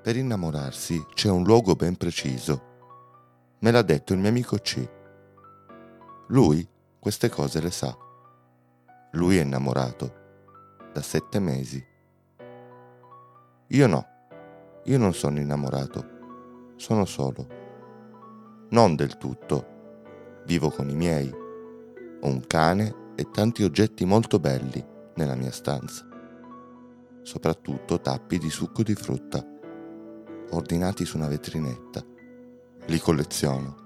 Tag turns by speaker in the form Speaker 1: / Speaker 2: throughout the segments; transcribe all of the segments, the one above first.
Speaker 1: Per innamorarsi c'è un luogo ben preciso. Me l'ha detto il mio amico C. Lui queste cose le sa. Lui è innamorato da 7 mesi. Io no, io non sono innamorato, sono solo. Non del tutto. Vivo con i miei. Ho un cane e tanti oggetti molto belli nella mia stanza. Soprattutto tappi di succo di frutta, ordinati su una vetrinetta. Li colleziono.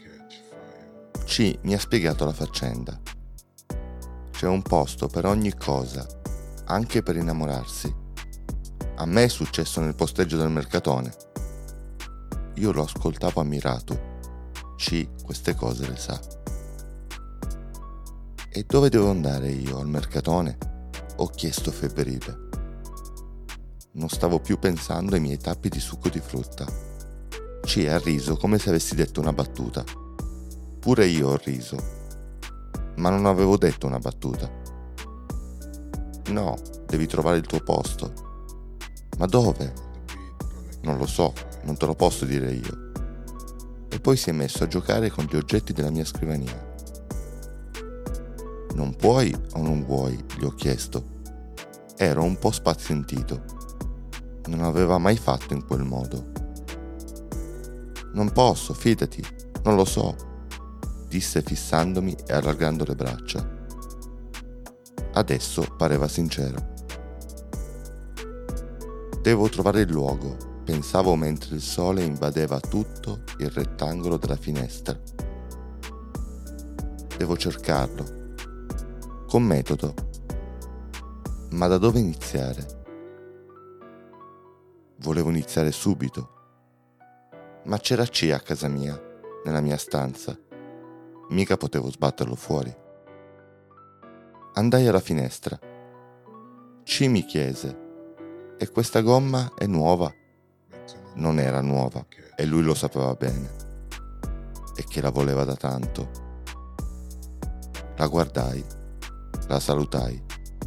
Speaker 1: C mi ha spiegato la faccenda. C'è un posto per ogni cosa, anche per innamorarsi. A me è successo nel posteggio del Mercatone. Io lo ascoltavo ammirato. C queste cose le sa. E dove devo andare io, al Mercatone? Ho chiesto febbrile. Non stavo più pensando ai miei tappi di succo di frutta. C ha riso come se avessi detto una battuta. Pure io ho riso, ma non avevo detto una battuta. No, devi trovare il tuo posto. Ma dove? Non lo so, non te lo posso dire io. E poi si è messo a giocare con gli oggetti della mia scrivania. Non puoi o non vuoi? Gli ho chiesto. Ero un po' spazientito. Non aveva mai fatto in quel modo. Non posso, fidati, non lo so, disse fissandomi e allargando le braccia. Adesso pareva sincero. Devo trovare il luogo, pensavo mentre il sole invadeva tutto il rettangolo della finestra. Devo cercarlo. Con metodo. Ma da dove iniziare? Volevo iniziare subito. Ma c'era C a casa mia, nella mia stanza. Mica potevo sbatterlo fuori. Andai alla finestra. C mi chiese: e questa gomma è nuova? Non era nuova, e lui lo sapeva bene. E che la voleva da tanto. La guardai. La salutai.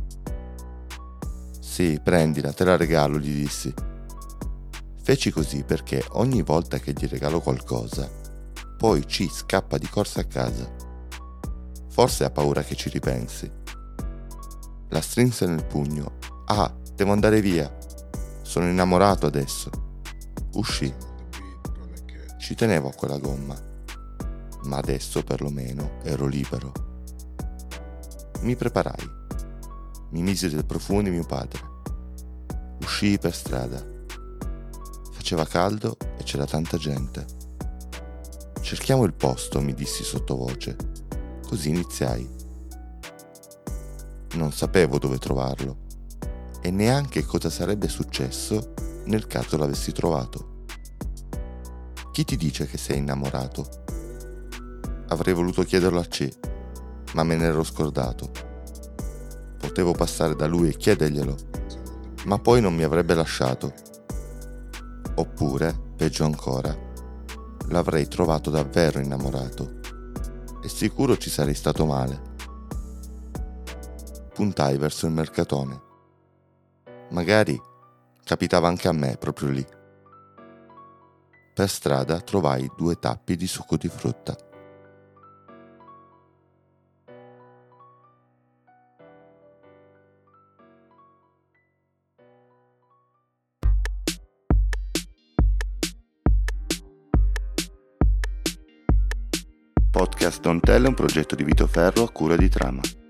Speaker 1: Sì, prendila, te la regalo, gli dissi. Feci così perché ogni volta che gli regalo qualcosa, poi C scappa di corsa a casa. Forse ha paura che ci ripensi. La strinse nel pugno. Ah, devo andare via. Sono innamorato adesso. Uscì. Ci tenevo a quella gomma, ma adesso perlomeno ero libero. Mi preparai. Mi misi del profumo di mio padre. Uscii per strada. Faceva caldo e c'era tanta gente. Cerchiamo il posto, mi dissi sottovoce. Così iniziai. Non sapevo dove trovarlo e neanche cosa sarebbe successo nel caso l'avessi trovato. Chi ti dice che sei innamorato? Avrei voluto chiederlo a C, ma me ne ero scordato. Potevo passare da lui e chiederglielo, ma poi non mi avrebbe lasciato. Oppure, peggio ancora, l'avrei trovato davvero innamorato e sicuro ci sarei stato male. Puntai verso il Mercatone. Magari capitava anche a me proprio lì. Per strada trovai 2 tappi di succo di frutta. Podcast Don't Tell è un progetto di Vito Ferro a cura di Trama.